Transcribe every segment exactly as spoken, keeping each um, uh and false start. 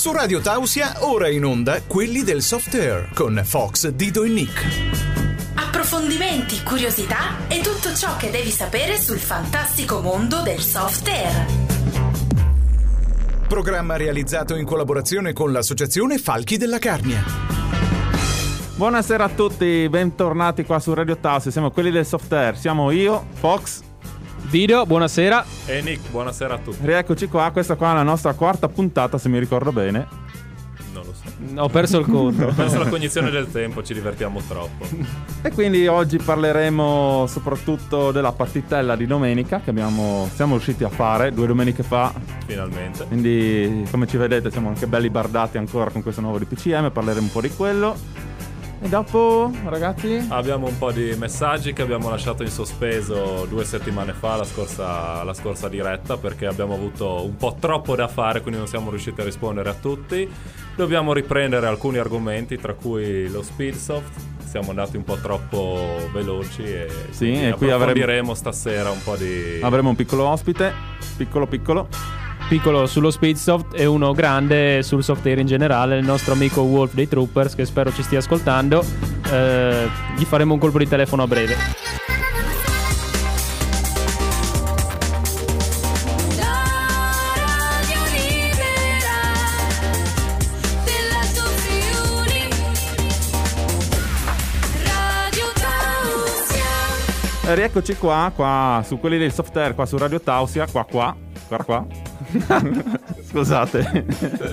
Su Radio Tausia, ora in onda Quelli del Soft Air con Fox, Dido e Nick. Approfondimenti, curiosità e tutto ciò che devi sapere sul fantastico mondo del soft air. Programma realizzato in collaborazione con l'associazione Falchi della Carnia. Buonasera a tutti, bentornati qua su Radio Tausia. Siamo Quelli del Soft Air. Siamo io, Fox, Dido, buonasera. E Nick, buonasera a tutti. Rieccoci qua, questa qua è la nostra quarta puntata, se mi ricordo bene. Non lo so. Ho perso il conto. Ho perso la cognizione del tempo, ci divertiamo troppo. E quindi oggi parleremo soprattutto della partitella di domenica che abbiamo, siamo riusciti a fare due domeniche fa. Finalmente. Quindi, come ci vedete, siamo anche belli bardati ancora con questo nuovo D P C M, parleremo un po' di quello. E dopo, ragazzi? Abbiamo un po' di messaggi che abbiamo lasciato in sospeso due settimane fa, la scorsa, la scorsa diretta, perché abbiamo avuto un po' troppo da fare, quindi non siamo riusciti a rispondere a tutti. Dobbiamo riprendere alcuni argomenti, tra cui lo Speedsoft. Siamo andati un po' troppo veloci e, sì, e qui approfondiremo avremo, stasera un po' di... Avremo un piccolo ospite, piccolo piccolo. Piccolo sullo Speedsoft e uno grande sul soft air in generale, il nostro amico Wolf dei Troopers, che spero ci stia ascoltando. Eh, gli faremo un colpo di telefono a breve. E rieccoci qua, qua su Quelli del Soft Air, qua su Radio Tausia, qua qua, qua qua. Scusate.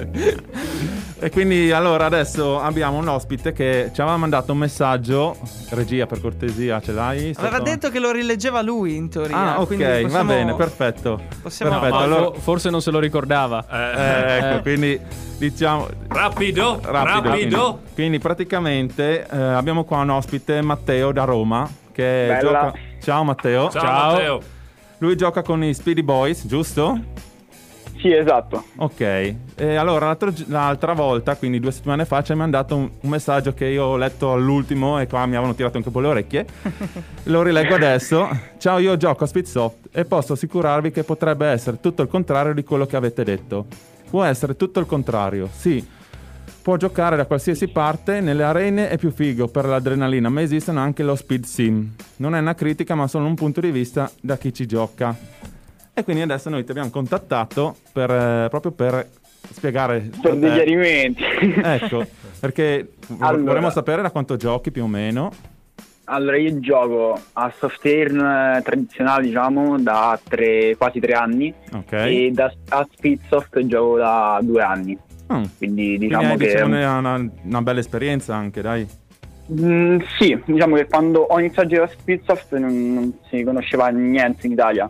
E quindi allora adesso abbiamo un ospite che ci aveva mandato un messaggio. Regia, per cortesia, ce l'hai? Aveva Sotto... detto che lo rileggeva lui in teoria. Ah, ok, possiamo... va bene, perfetto. Possiamo... Perfetto, No, allora... forse non se lo ricordava. Eh, Eh, ecco, Eh. quindi diciamo Rapido, rapido. rapido. Quindi, quindi praticamente eh, abbiamo qua un ospite, Matteo da Roma, che gioca... Ciao Matteo. Ciao, Ciao. Matteo. Lui gioca con i Speedy Boys, giusto? Sì, esatto. Ok. E allora l'altro, l'altra volta, quindi due settimane fa, ci hai mandato un, un messaggio che io ho letto all'ultimo e qua mi avevano tirato anche un po' le orecchie. Lo rileggo adesso. Ciao, io gioco a Speedsoft e posso assicurarvi che potrebbe essere tutto il contrario di quello che avete detto. Può essere tutto il contrario, sì. Può giocare da qualsiasi parte, nelle arene è più figo per l'adrenalina, ma esistono anche lo speed sim. Non è una critica, ma solo un punto di vista da chi ci gioca. E quindi adesso noi ti abbiamo contattato per, eh, proprio per spiegare... Per dei eh, chiarimenti. Ecco, perché Allora. vorremmo sapere da quanto giochi più o meno. Allora, io gioco a soft air eh, tradizionale, diciamo, da tre, quasi tre anni. Ok. E da, a Speedsoft gioco da due anni. Mm. Quindi diciamo Quindi hai, che... diciamo, una, una, una bella esperienza anche, dai. Mm, sì, diciamo che quando ho iniziato a giocare a Speedsoft non, non si conosceva niente in Italia.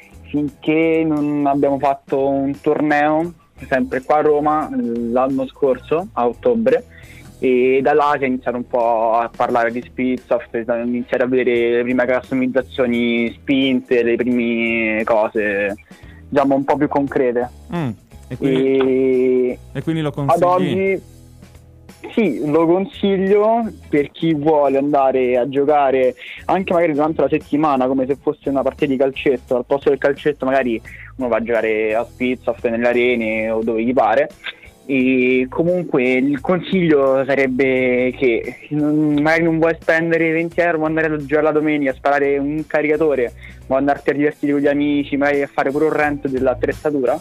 Finché non abbiamo fatto un torneo, sempre qua a Roma, l'anno scorso, a ottobre, e da là si è iniziato un po' a parlare di Speedsoft, a iniziare a vedere le prime customizzazioni spinte, le prime cose, diciamo, un po' più concrete. Mm. E, quindi, E e quindi lo consigli? ad oggi sì, lo consiglio per chi vuole andare a giocare anche magari durante la settimana, come se fosse una partita di calcetto. Al posto del calcetto magari uno va a giocare a Speedsoft nelle arene o dove gli pare. E comunque il consiglio sarebbe che non, magari non vuoi spendere venti euro, vuoi andare a giocare la domenica, a sparare un caricatore, vuoi andarti a divertire con gli amici, magari a fare pure un rent dell'attrezzatura,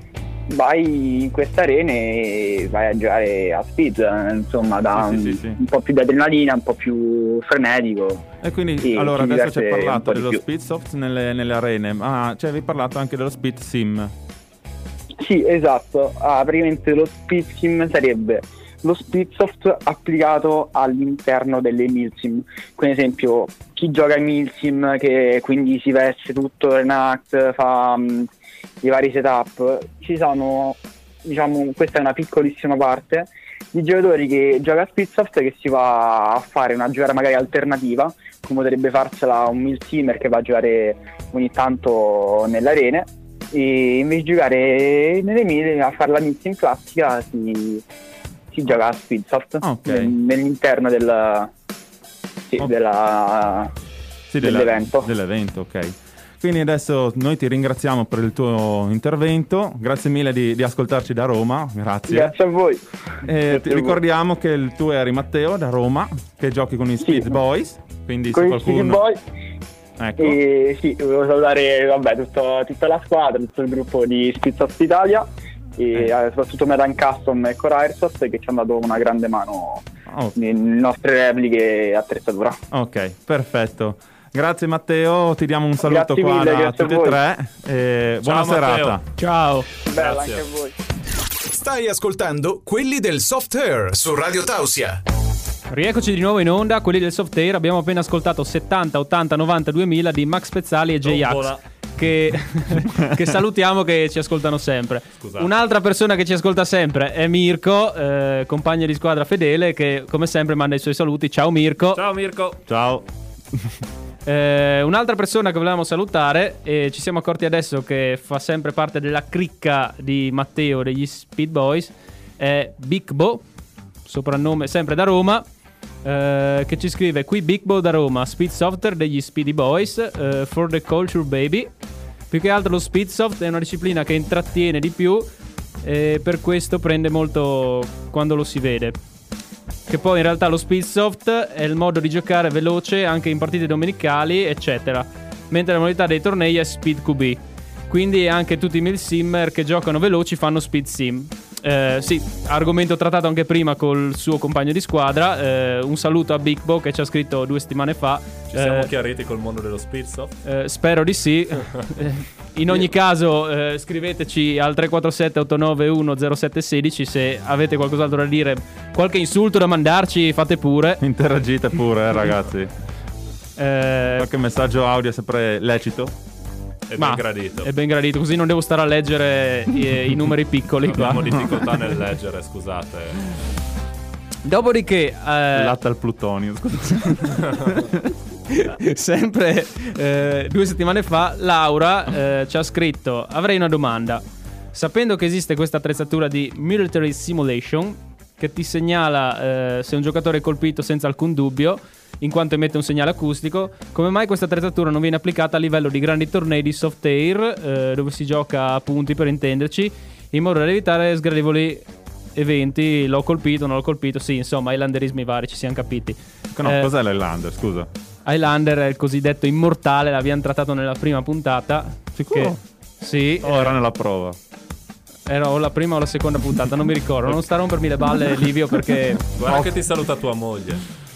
vai in queste arene e vai a giocare a Speed, insomma, da Sì, un, sì, sì, sì. un po' più di adrenalina, un po' più frenetico. E quindi Sì, allora si adesso ci hai diverte un parlato po' di dello più. Speedsoft nelle, nelle arene, ma ci avevi parlato anche dello Speed Sim. Sì, esatto. Ah, praticamente lo Speed Sim sarebbe lo Speedsoft applicato all'interno delle Milsim. Quindi, ad esempio, chi gioca ai Milsim, che quindi si veste tutto Renact, fa um, i vari setup, ci sono, diciamo, questa è una piccolissima parte di giocatori che gioca a Speedsoft che si va a fare una giocata magari alternativa, come potrebbe farsela un Milsimer che va a giocare ogni tanto nelle arene, e invece di giocare nelle mille a fare la Milsim classica si, si gioca a Speedsoft. Okay. Nell'interno del, sì, Okay. della, Sì, della- dell'evento. Dell'evento, ok. Quindi adesso noi ti ringraziamo per il tuo intervento, grazie mille di, di ascoltarci da Roma, grazie. Grazie a voi. E ti a ricordiamo che il tuo eri Matteo da Roma, che giochi con i Speed Sì. Boys, quindi Con se i qualcuno... Speed Boy. Ecco. E sì, volevo salutare vabbè, tutto- tutta la squadra, tutto il gruppo di Speedsoft Italia e eh, soprattutto Medan Custom e Core Airsoft che ci hanno dato una grande mano Oh. nelle nostre repliche e attrezzatura. Ok, perfetto. Grazie Matteo, ti diamo un saluto Grazie qua mille, da grazie a tutti e voi. tre. E buona Ciao, serata. Matteo. Ciao. Bella Grazie. anche a voi. Stai ascoltando Quelli del Soft Air su Radio Tausia. Rieccoci di nuovo in onda, quelli del Soft Air. Abbiamo appena ascoltato settanta, ottanta, novanta, duemila di Max Pezzali e J-Ax Tombola. che, che salutiamo, che ci ascoltano sempre. Scusate. Un'altra persona che ci ascolta sempre è Mirko, eh, compagno di squadra fedele, che come sempre manda i suoi saluti. Ciao Mirko. Ciao Mirko. Ciao. Eh, un'altra persona che volevamo salutare, e ci siamo accorti adesso che fa sempre parte della cricca di Matteo degli Speed Boys, è Big Bo, soprannome sempre da Roma, eh, che ci scrive: qui Big Bo da Roma, Speed Software degli Speedy Boys, eh, for the culture baby. Più che altro lo Speed Soft è una disciplina che intrattiene di più e per questo prende molto quando lo si vede. Che poi in realtà lo Speedsoft è il modo di giocare veloce anche in partite domenicali, eccetera. Mentre la modalità dei tornei è Speed Q B. Quindi anche tutti i milsimmer che giocano veloci fanno Speed Sim. Eh, sì, argomento trattato anche prima col suo compagno di squadra. Eh, un saluto a Big Bo che ci ha scritto due settimane fa. Ci siamo Eh, chiariti col mondo dello Speedsoft. eh, spero di sì. Eh, in ogni caso, eh, scriveteci al tre quattro sette otto nove uno zero sette uno sei se avete qualcos'altro da dire, qualche insulto da mandarci, fate pure. Interagite pure, eh, ragazzi. Eh, Qualche messaggio audio è sempre lecito. È ma ben gradito. È ben gradito, così non devo stare a leggere i, i numeri piccoli qua. Abbiamo difficoltà nel leggere, scusate. Dopodiché, eh, Latte al plutonio, scusa. sempre eh, due settimane fa, Laura eh, ci ha scritto: avrei una domanda. Sapendo che esiste questa attrezzatura di Military Simulation che ti segnala eh, se un giocatore è colpito senza alcun dubbio, in quanto emette un segnale acustico, come mai questa attrezzatura non viene applicata a livello di grandi tornei di soft air, eh, dove si gioca a punti per intenderci, in modo da evitare sgradevoli eventi? L'ho colpito, non l'ho colpito, sì, insomma, highlanderismi vari, ci siamo capiti. No, Eh, cos'è l'Highlander, scusa? Highlander è il cosiddetto immortale, l'abbiamo trattato nella prima puntata. Sicuro? Che, sì, Oh, era nella prova. era o la prima o la seconda puntata, non mi ricordo. Non sta a rompermi le balle, Livio, perché Guarda che ti saluta tua moglie.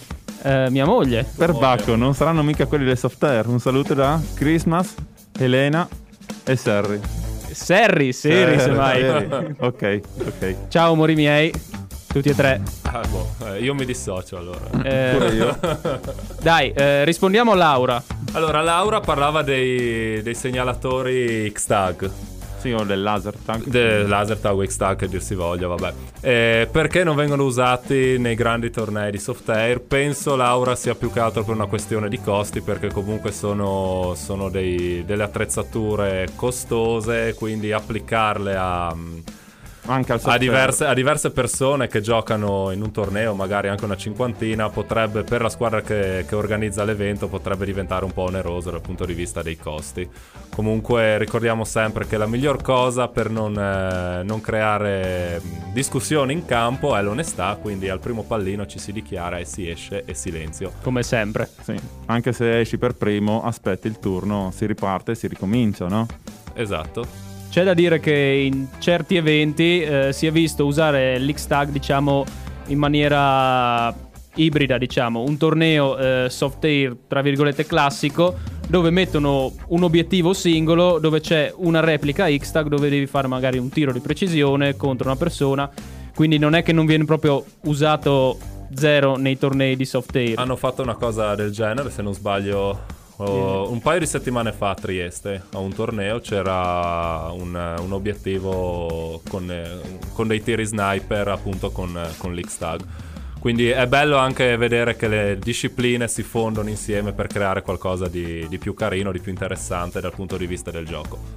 eh, mia moglie. Per Ovvio. Bacco, non saranno mica quelli del soft air. Un saluto da Christmas, Elena e Serri. Serri, Seri, Eh, semmai. Serri. Ok, ok. Ciao amori miei, tutti e tre. Ah, boh, eh, io mi dissocio allora. Eh, Pure io. dai, eh, rispondiamo a Laura. Allora, Laura parlava dei, dei segnalatori X-Tag. Sì, ho del laser tag. Del laser tag o X-Tag, che dir si voglia, vabbè. Eh, perché non vengono usati nei grandi tornei di soft air? Penso, Laura, sia più che altro per una questione di costi, perché comunque sono, sono dei, delle attrezzature costose, quindi applicarle a... Anche al soft A air. diverse, a diverse persone che giocano in un torneo, magari anche una cinquantina, potrebbe, per la squadra che, che organizza l'evento, potrebbe diventare un po' oneroso dal punto di vista dei costi. Comunque ricordiamo sempre che la miglior cosa per non, eh, non creare discussioni in campo è l'onestà, quindi al primo pallino ci si dichiara e si esce e silenzio. Come sempre. Sì. Anche se esci per primo, aspetti il turno, si riparte e si ricomincia, no? Esatto. C'è da dire che in certi eventi eh, si è visto usare l'X-Tag, diciamo, in maniera ibrida, diciamo. Un torneo eh, soft air, tra virgolette, classico, dove mettono un obiettivo singolo, dove c'è una replica X-Tag, dove devi fare magari un tiro di precisione contro una persona. Quindi non è che non viene proprio usato zero nei tornei di soft air. Hanno fatto una cosa del genere, se non sbaglio... Oh, un paio di settimane fa a Trieste a un torneo c'era un, un obiettivo con, con dei tiri sniper, appunto con, con l'X-Tag. Quindi è bello anche vedere che le discipline si fondono insieme per creare qualcosa di, di più carino, di più interessante dal punto di vista del gioco.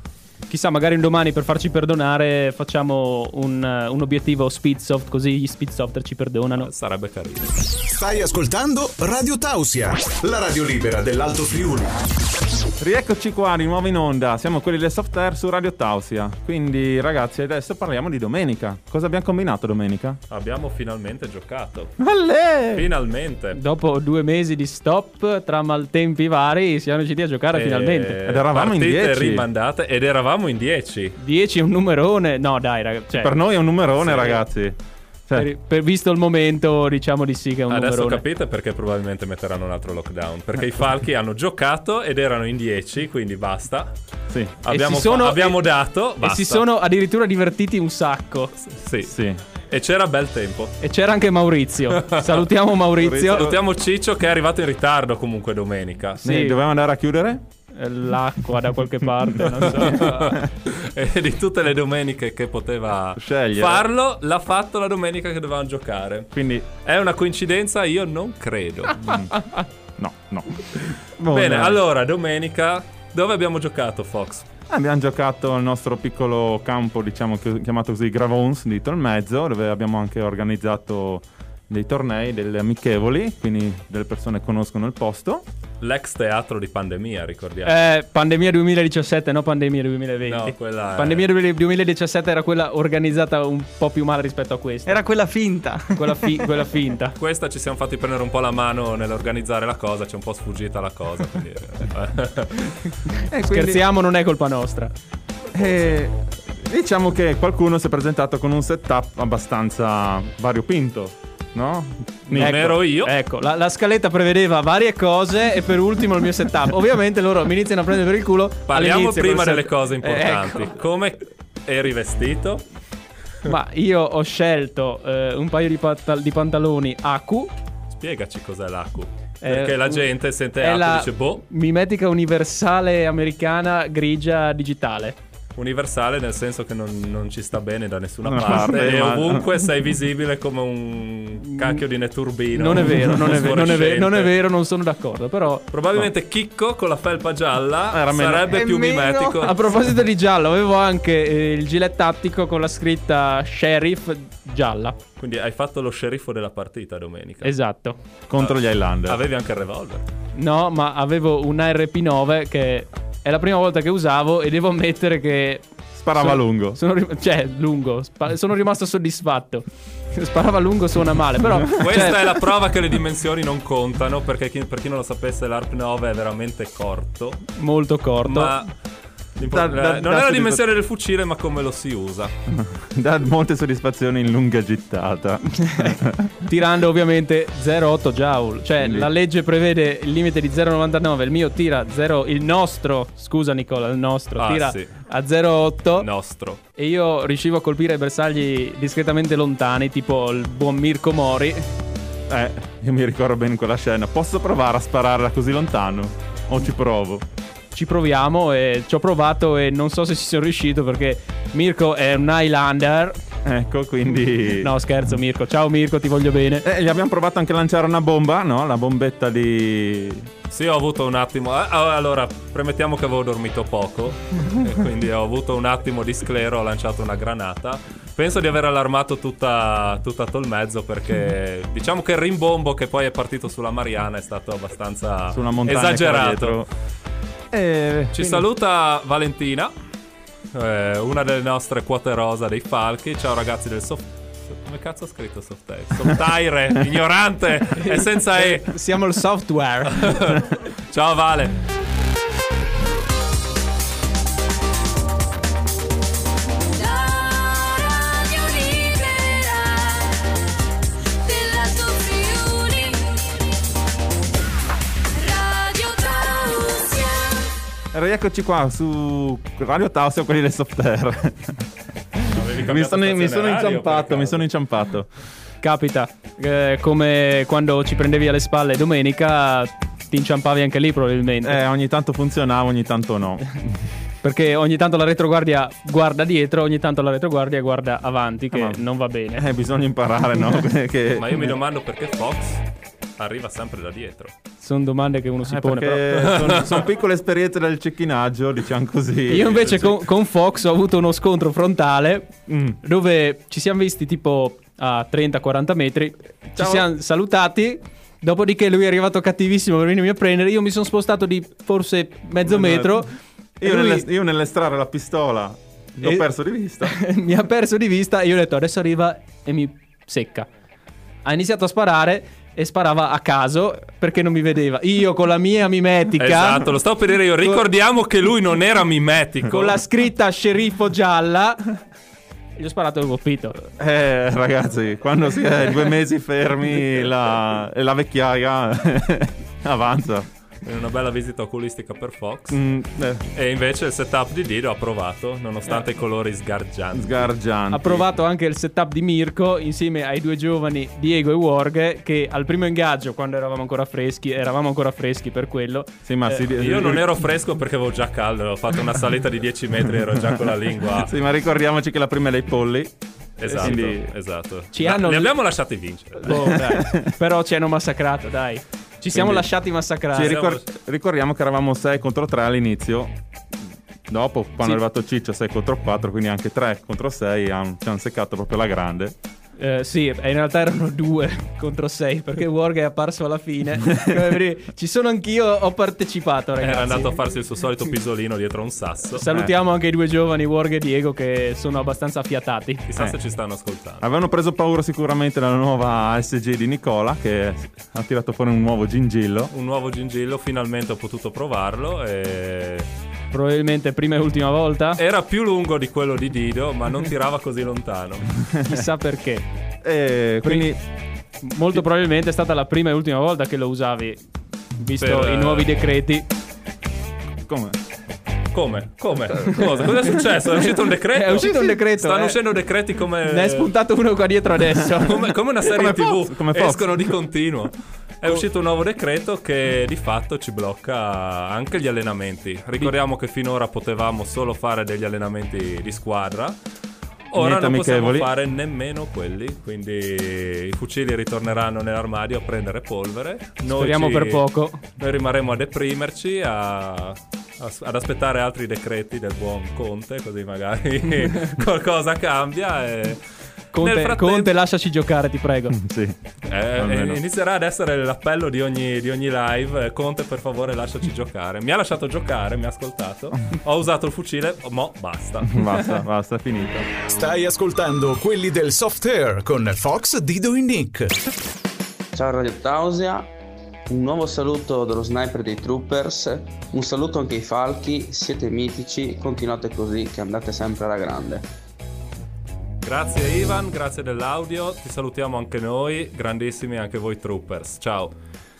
chissà, magari un domani per farci perdonare facciamo un, un obiettivo Speedsoft, così gli Speedsoftware ci perdonano. Sarebbe carino. Stai ascoltando Radio Tausia, la radio libera dell'Alto Friuli. Rieccoci qua di nuovo in onda, siamo quelli del Software su Radio Tausia. Quindi ragazzi, adesso parliamo di domenica. Cosa abbiamo combinato domenica? Abbiamo finalmente giocato. Allè! Finalmente. Dopo due mesi di stop tra maltempi vari siamo riusciti a giocare E- finalmente. Ed eravamo in partite dieci. rimandate ed eravamo in dieci. dieci è un numerone. No, dai, ragazzi. Cioè, Per noi è un numerone, Sì. ragazzi. Cioè, per, per- visto il momento, diciamo di sì che è un Adesso numerone. capite perché probabilmente metteranno un altro lockdown. Perché i falchi hanno giocato ed erano in dieci, quindi basta. sì. Abbiamo, si sono- fa- abbiamo e- dato, E basta. si sono addirittura divertiti un sacco. Sì. Sì. E c'era bel tempo. E c'era anche Maurizio. Salutiamo Maurizio. Salutiamo Ciccio che è arrivato in ritardo comunque domenica. Sì. Sì, dovevamo andare a chiudere? Eh, L'acqua da qualche parte, non so. E di tutte le domeniche che poteva Scegliere. farlo, l'ha fatto la domenica che dovevamo giocare. Quindi È una coincidenza? Io non credo. no, no. Bene, Buona. allora, domenica, dove abbiamo giocato, Fox? Abbiamo giocato al nostro piccolo campo, diciamo chi- chiamato così Gravons di Tolmezzo, dove abbiamo anche organizzato dei tornei, delle amichevoli, quindi delle persone che conoscono il posto. L'ex teatro di pandemia, ricordiamo. Eh, pandemia duemiladiciassette, no pandemia duemilaventi. No, quella è- Pandemia duemiladiciassette era quella organizzata un po' più male rispetto a questa. Era quella finta. Quella, fi- quella finta. Questa ci siamo fatti prendere un po' la mano nell'organizzare la cosa, ci è un po' sfuggita la cosa. Quindi, eh. Scherziamo, non è colpa nostra. E diciamo che qualcuno si è presentato con un setup abbastanza variopinto, no? Non Ecco, ero io. Ecco, la, la scaletta prevedeva varie cose e per ultimo il mio setup. Ovviamente loro mi iniziano a prendere per il culo. Parliamo all'inizio prima col delle set- cose Eh, importanti. ecco. Come eri vestito? Ma io ho scelto eh, un paio di, pantal- di pantaloni A Q. Spiegaci cos'è l'A Q. Eh, Perché la gente sente È A Q e la dice boh, mimetica universale americana grigia digitale. universale nel senso che non, non ci sta bene da nessuna Una parte, parte, e ma- ovunque sei visibile come un cacchio di neturbino. Non è vero, non è, ve- non, è ve- non è fluorescente. vero, non sono d'accordo. Però Probabilmente Chicco con la felpa gialla Era meno- sarebbe È più meno- mimetico. a proposito di giallo, avevo anche eh, il gilet tattico con la scritta Sheriff gialla. Quindi hai fatto lo sceriffo della partita domenica. Esatto. Contro gli Highlander. Avevi anche il revolver. No, ma avevo un A R P nove che è la prima volta che usavo e devo ammettere che Sparava sono- lungo. Sono rim- cioè, lungo. Spa- sono rimasto soddisfatto. Sparava lungo suona male, però Questa cioè, è la prova che le dimensioni non contano, perché chi- per chi non lo sapesse l'A R P nove è veramente corto. molto corto. Ma l'impo- Da- da- eh, non da è la soddisfa- dimensione del fucile, ma come lo si usa. Dà molte soddisfazioni in lunga gittata. Tirando ovviamente zero virgola otto joule. Cioè Quindi- la legge prevede il limite di zero virgola novantanove. Il mio tira zero. Il nostro, scusa Nicola, il nostro Ah, tira sì. a zero virgola otto. Nostro. E io riuscivo a colpire bersagli discretamente lontani, tipo il buon Mirko Mori. Eh, io mi ricordo bene quella scena. Posso provare a spararla così lontano? O ci provo? Ci proviamo e ci ho provato e non so se ci sono riuscito perché Mirko è un Highlander. Ecco, quindi... No, scherzo Mirko. Ciao Mirko, ti voglio bene. Eh, gli abbiamo provato anche a lanciare una bomba, no? La bombetta di... Sì, ho avuto un attimo. ah, ah, Allora, premettiamo che avevo dormito poco. E quindi ho avuto un attimo di sclero. Ho lanciato una granata. Penso di aver allarmato tutta, tutta Tolmezzo. Perché diciamo che il rimbombo che poi è partito sulla Mariana è stato abbastanza su una montagna che era esagerato. dietro. Eh, Ci quindi- saluta Valentina, eh, una delle nostre quote rosa dei falchi. Ciao ragazzi del soft. Come cazzo ho scritto software? Software, ignorante e senza E. Siamo il software. Ciao Vale. Radio libera dell'Alto Friuli, Radio Tausia. Rieccoci qua su Radio Tausia, quelli del software. Avevi mi cambiato sono, mi stazione sono radio, inciampato, per mi caso? sono inciampato. Capita, eh, come quando ci prendevi alle spalle domenica, ti inciampavi anche lì probabilmente. Eh, ogni tanto funzionava, ogni tanto no. Perché ogni tanto la retroguardia guarda dietro, ogni tanto la retroguardia guarda avanti, che Ah, ma- non va bene. Eh, bisogna imparare, no? che... Ma io mi domando perché Fox. arriva sempre da dietro. Sono domande che uno si Eh, pone. perché Però. sono, sono piccole esperienze del cecchinaggio, diciamo così. Io invece con, con Fox ho avuto uno scontro frontale Mm. dove ci siamo visti tipo a trenta quaranta metri, ci Ciao. siamo salutati, dopodiché lui è arrivato cattivissimo per venirmi a prendere, io mi sono spostato di forse mezzo metro. Io, e lui nelle- io nell'estrarre la pistola l'ho E- perso di vista. mi ha perso di vista e io ho detto adesso arriva e mi secca. Ha iniziato a sparare e sparava a caso perché non mi vedeva. Io con la mia mimetica, Esatto, lo stavo per dire io. Ricordiamo che lui non era mimetico. con la scritta sceriffo gialla, gli ho sparato il colpito. Eh, ragazzi, quando si è due mesi fermi la, e la vecchiaia avanza. Quindi una bella visita oculistica per Fox. Mm, eh, E invece il setup di Dido ha provato, nonostante i colori sgargianti. sgargianti. Ha provato anche il setup di Mirko insieme ai due giovani Diego e Warghe, che al primo ingaggio, quando eravamo ancora freschi, eravamo ancora freschi per quello. Sì, ma Eh, si- Io non ero fresco perché avevo già caldo, avevo fatto una salita di dieci metri e ero già con la lingua. Sì, ma ricordiamoci che la prima è dei polli. Esatto, Quindi- esatto. Ci Ma hanno- Li abbiamo lasciati vincere. Boh, dai. Però ci hanno massacrato, dai. Ci siamo Quindi- lasciati massacrare. Sì, ricor- ricordiamo che eravamo sei contro tre all'inizio. Dopo, quando Sì. è arrivato Ciccio, sei contro quattro, quindi anche tre contro sei han- ci hanno seccato proprio la grande. Eh, sì, e in realtà erano due contro sei perché Warghe è apparso alla fine. Come per dire, ci sono anch'io, ho partecipato, ragazzi. Era andato a farsi il suo solito pisolino dietro a un sasso. Salutiamo anche i due giovani Warghe e Diego che sono abbastanza affiatati. Chissà Eh. se ci stanno ascoltando. Avevano preso paura sicuramente dalla nuova A S G di Nicola, che ha tirato fuori un nuovo gingillo. Un nuovo gingillo, finalmente ho potuto provarlo e... Probabilmente prima e ultima volta. Era più lungo di quello di Dido, ma non tirava così lontano. Chissà perché. E quindi Molto probabilmente è stata la prima e ultima volta che lo usavi, visto Per, i eh, nuovi decreti. come? Come? Come? Cosa? Cosa è successo? È uscito un decreto? È uscito un decreto. Stanno eh. uscendo decreti come... Ne è spuntato uno qua dietro adesso. come, come una serie Come tivù. Fox, come Fox. Escono di continuo. È uscito un nuovo decreto che di fatto ci blocca anche gli allenamenti. Ricordiamo che finora potevamo solo fare degli allenamenti di squadra. Ora Niente non possiamo amichevoli. fare nemmeno quelli. Quindi i fucili ritorneranno nell'armadio a prendere polvere. Noi Speriamo ci- per poco. Noi rimarremo a deprimerci, a, a- ad aspettare altri decreti del buon Conte, così magari qualcosa cambia. E Conte, nel frattempo- Conte, lasciaci giocare, ti prego. Sì. eh, almeno. eh, inizierà ad essere l'appello di ogni, di ogni live. eh, Conte, per favore, lasciaci giocare. Mi ha lasciato giocare, mi ha ascoltato. Ho usato il fucile, mo basta. Basta, basta, è finito. Stai ascoltando quelli del Soft Air con Fox, Dido e Nick. Ciao Radio Tausia, un nuovo saluto dello sniper dei Troopers, un saluto anche ai falchi, siete mitici, continuate così che andate sempre alla grande. Grazie Ivan, grazie dell'audio. Ti salutiamo anche noi, grandissimi anche voi Troopers. Ciao.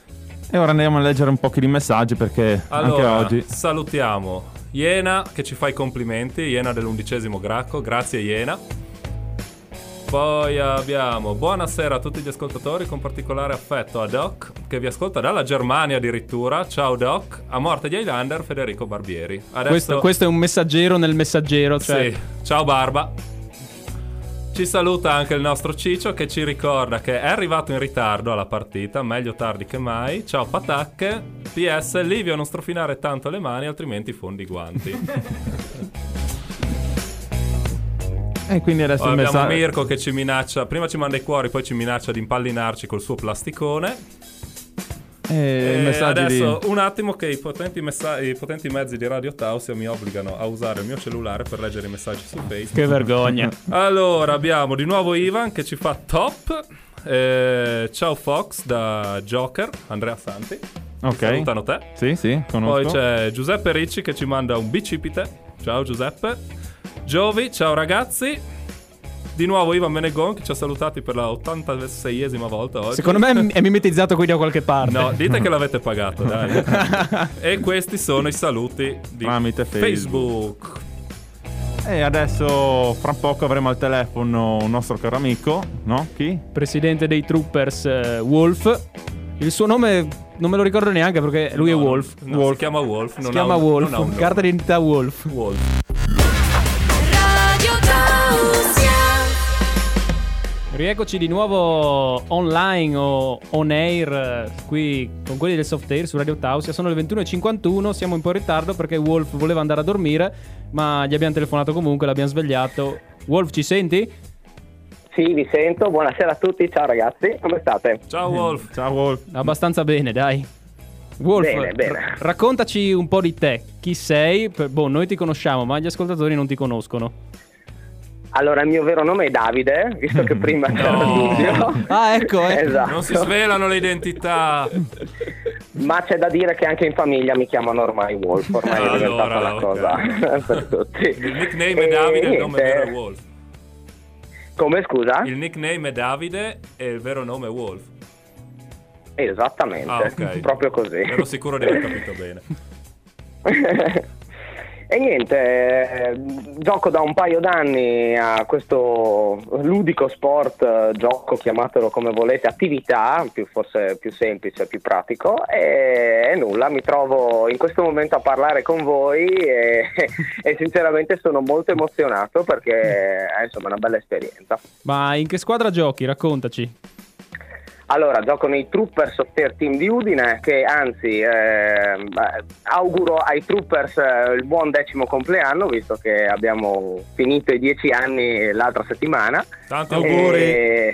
E ora andiamo a leggere un po' di messaggi perché Allora, anche oggi salutiamo Iena che ci fa i complimenti, Iena dell'undicesimo Gracco, grazie Iena. Poi abbiamo buonasera a tutti gli ascoltatori, con particolare affetto a Doc che vi ascolta dalla Germania addirittura. Ciao Doc, a morte di Highlander Federico Barbieri. Adesso Questo, questo è un messaggero nel messaggero. Cioè, sì. Ciao Barba. Ci saluta anche il nostro Ciccio che ci ricorda che è arrivato in ritardo alla partita, meglio tardi che mai. Ciao Patacche. P S Livio, non strofinare tanto le mani altrimenti fondi i guanti. E quindi adesso Poi il abbiamo messaggio. Mirko che ci minaccia, prima ci manda i cuori, poi ci minaccia di impallinarci col suo plasticone. E i E messaggi adesso di... un attimo che i potenti, messa- i potenti mezzi di Radio Tausia mi obbligano a usare il mio cellulare per leggere i messaggi su Facebook. che vergogna. Allora abbiamo di nuovo Ivan che ci fa top. Eh, ciao Fox da Joker, Andrea Santi. Ok. Salutano te. Sì, sì, conosco. Poi c'è Giuseppe Ricci che ci manda un bicipite. Ciao Giuseppe. Giovi, ciao ragazzi. Di nuovo Ivan Menegon che ci ha salutati per la ottantaseiesima volta oggi. Secondo me è mimetizzato qui da qualche parte. No, dite che l'avete pagato, dai. E questi sono i saluti di Tramite Facebook. E adesso fra poco avremo al telefono un nostro caro amico, no? Chi? Presidente dei Troopers, eh, Wolf. Il suo nome non me lo ricordo neanche perché lui No, è Wolf. no, Wolf. si chiama Wolf. Non Si chiama ha un, Wolf. non ha un nome. Carta d'identità Wolf. Wolf. Radio Tausia. Rieccoci di nuovo online o on air eh, qui con quelli del Soft Air su Radio Tausia. Sono le ventuno e cinquantuno, siamo un po' in ritardo perché Wolf voleva andare a dormire, ma gli abbiamo telefonato comunque, l'abbiamo svegliato. Wolf, ci senti? Sì, vi sento. Buonasera a tutti, ciao ragazzi, come state? Ciao Wolf. Ciao Wolf. Abbastanza bene, dai. Wolf, Bene, bene. r- raccontaci un po' di te. Chi sei? Per- boh, noi ti conosciamo, ma gli ascoltatori non ti conoscono. Allora, il mio vero nome è Davide, visto che prima c'era il dubbio. Ah, ecco, eh. Esatto. Non si svelano le identità. Ma c'è da dire che anche in famiglia mi chiamano ormai Wolf, ormai è diventata Allora, una ok. cosa per tutti. Il nickname è E Davide, il nome niente. vero è Wolf. Come, scusa? Il nickname è Davide e il vero nome è Wolf. Esattamente, Ah, ok. proprio così. Ero sicuro di aver capito bene. E niente, eh, gioco da un paio d'anni a questo ludico sport, eh, gioco, chiamatelo come volete, attività, più, forse più semplice, più pratico, e, e nulla, mi trovo in questo momento a parlare con voi e, e sinceramente sono molto emozionato perché è insomma una bella esperienza. Ma in che squadra giochi? Raccontaci. Allora, gioco nei Troopers Soft Air Team di Udine, che anzi eh, auguro ai Troopers eh, il buon decimo compleanno, visto che abbiamo finito i dieci anni l'altra settimana. Tanti auguri. E...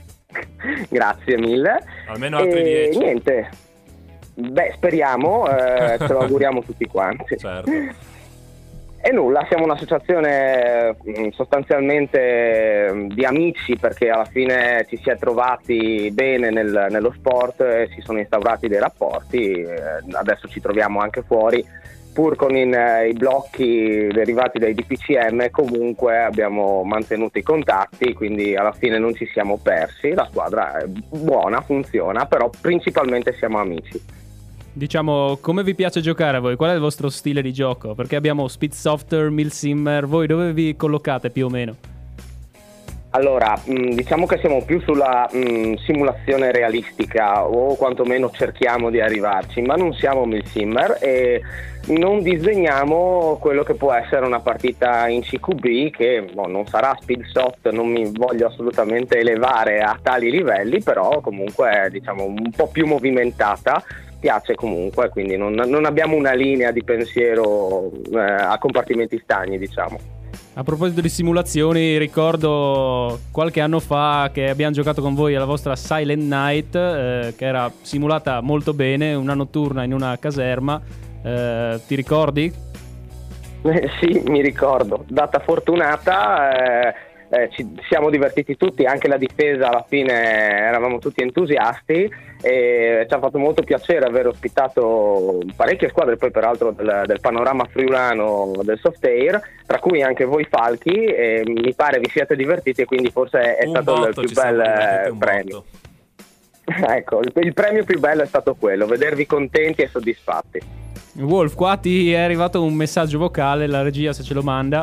Grazie mille. Almeno altri E dieci. niente, beh, speriamo, eh, ce lo auguriamo tutti quanti. Certo. E nulla, siamo un'associazione mh, sostanzialmente mh, di amici, perché alla fine ci si è trovati bene nel- nello sport e si sono instaurati dei rapporti, eh, adesso ci troviamo anche fuori, pur con in- eh, i blocchi derivati dai D P C M, comunque abbiamo mantenuto i contatti, quindi alla fine non ci siamo persi, la squadra è buona, funziona, però principalmente siamo amici. Diciamo, come vi piace giocare a voi? Qual è il vostro stile di gioco? Perché abbiamo Speed Software, Milsimmer, voi dove vi collocate più o meno? Allora, mh, diciamo che siamo più sulla mh, simulazione realistica, o quantomeno cerchiamo di arrivarci, ma non siamo Milsimmer e non disegniamo quello che può essere una partita in C Q B, che boh, non sarà Speed Soft, non mi voglio assolutamente elevare a tali livelli, però comunque è, diciamo, un po' più movimentata. Piace comunque, quindi non, non abbiamo una linea di pensiero eh, a compartimenti stagni, diciamo. A proposito di simulazioni, ricordo qualche anno fa che abbiamo giocato con voi alla vostra Silent Night, eh, che era simulata molto bene, una notturna in una caserma. Eh, ti ricordi? Eh, sì, mi ricordo. Data fortunata, eh, eh, ci siamo divertiti tutti, anche la difesa alla fine eravamo tutti entusiasti e ci ha fatto molto piacere aver ospitato parecchie squadre, poi peraltro del, del panorama friulano del Soft Air, tra cui anche voi Falchi, e mi pare vi siate divertiti e quindi forse è Un stato il botto, più ci siamo bel divertiti eh, un premio. botto. Ecco, il, il premio più bello è stato quello, vedervi contenti e soddisfatti. Wolf, qua ti è arrivato un messaggio vocale, la regia se ce lo manda.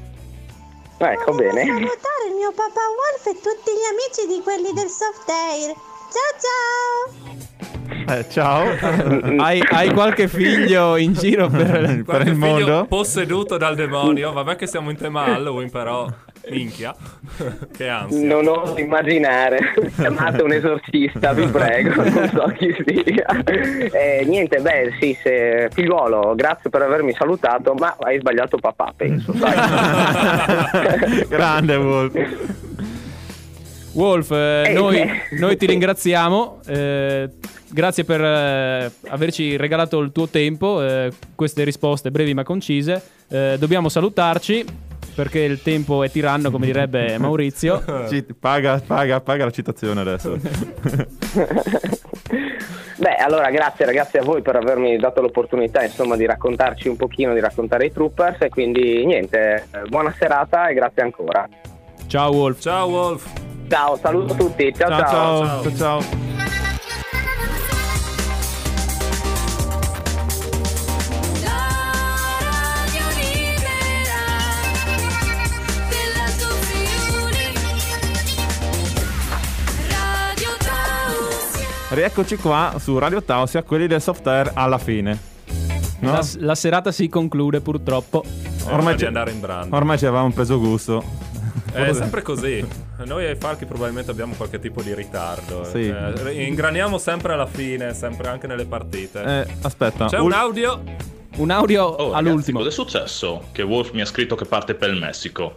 Ecco, bene. Volevo salutare il mio papà Wolf e tutti gli amici di quelli del Soft Air. Ciao ciao! Eh, ciao. hai, hai qualche figlio in giro per, per Qualche il figlio mondo? posseduto dal demonio. Vabbè che siamo in tema Halloween, però minchia. Che ansia. Non oso immaginare. Chiamate un esorcista, vi prego, non so chi sia. Eh, niente, beh, sì, se... figliuolo, grazie per avermi salutato, ma hai sbagliato papà, penso. Sai? Grande Wolf. Wolf, eh, Eh, noi, eh. noi ti ringraziamo, eh, grazie per eh, averci regalato il tuo tempo, eh, queste risposte brevi ma concise. Eh, dobbiamo salutarci perché il tempo è tiranno, come direbbe Maurizio. Ci- paga, paga, paga la citazione adesso. Beh, allora grazie ragazzi a voi per avermi dato l'opportunità, insomma, di raccontarci un pochino, di raccontare i Troopers, e quindi niente, eh, buona serata e grazie ancora. Ciao Wolf. Ciao Wolf. Ciao, saluto tutti, ciao ciao. Ciao, ciao. ciao, ciao. La radio libera della tua Friuli. Radio Tausia. Rieccoci qua su Radio Tausia, quelli del Soft Air alla fine. No? La, la serata si conclude purtroppo. Ormai Ormai di ci- andare in brand. Ormai ci avevamo preso gusto. È sempre così. Noi ai Falchi probabilmente abbiamo qualche tipo di ritardo. Sì. Eh, ingraniamo sempre alla fine, sempre anche nelle partite. Eh, aspetta. C'è ul- un audio. Un audio Oh, ragazzi, all'ultimo. cosa è successo? Che Wolf mi ha scritto che parte per il Messico.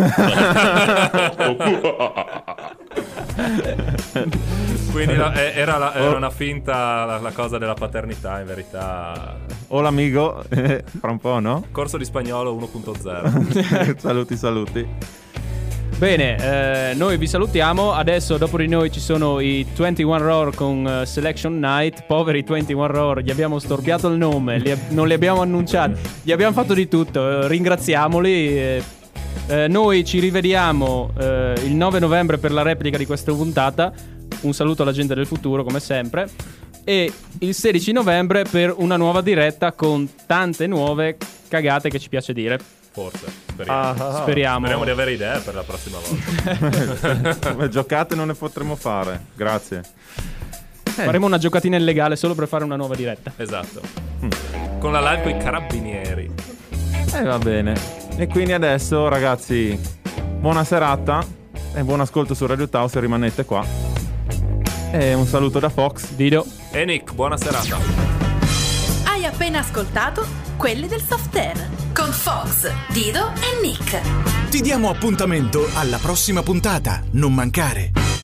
Quindi la- eh, era, la- era una finta la, la cosa della paternità, in verità. O l'amigo, eh, fra un po', no? Corso di spagnolo uno punto zero. Saluti, saluti. Bene, eh, noi vi salutiamo. Adesso dopo di noi ci sono i ventuno Roar con eh, Selection Night. Poveri ventuno Roar, gli abbiamo storpiato il nome, li ab- non li abbiamo annunciati, gli abbiamo fatto di tutto, eh, ringraziamoli. eh, eh, Noi ci rivediamo eh, il nove novembre per la replica di questa puntata. Un saluto alla gente del futuro come sempre. E il sedici novembre per una nuova diretta con tante nuove cagate che ci piace dire. Forse, speriamo. Ah, ah, ah. Speriamo. Speriamo di avere idee per la prossima volta. Come giocate non ne potremo fare. Grazie. Faremo una giocatina illegale solo per fare una nuova diretta. Esatto. Con la live con i carabinieri. E va bene. E quindi adesso, ragazzi, buona serata e buon ascolto su Radio Tau se rimanete qua. E un saluto da Fox, Dido e Nick, buona serata. Hai appena ascoltato Quelli del Soft Air con Fox, Dido e Nick. Ti diamo appuntamento alla prossima puntata. Non mancare.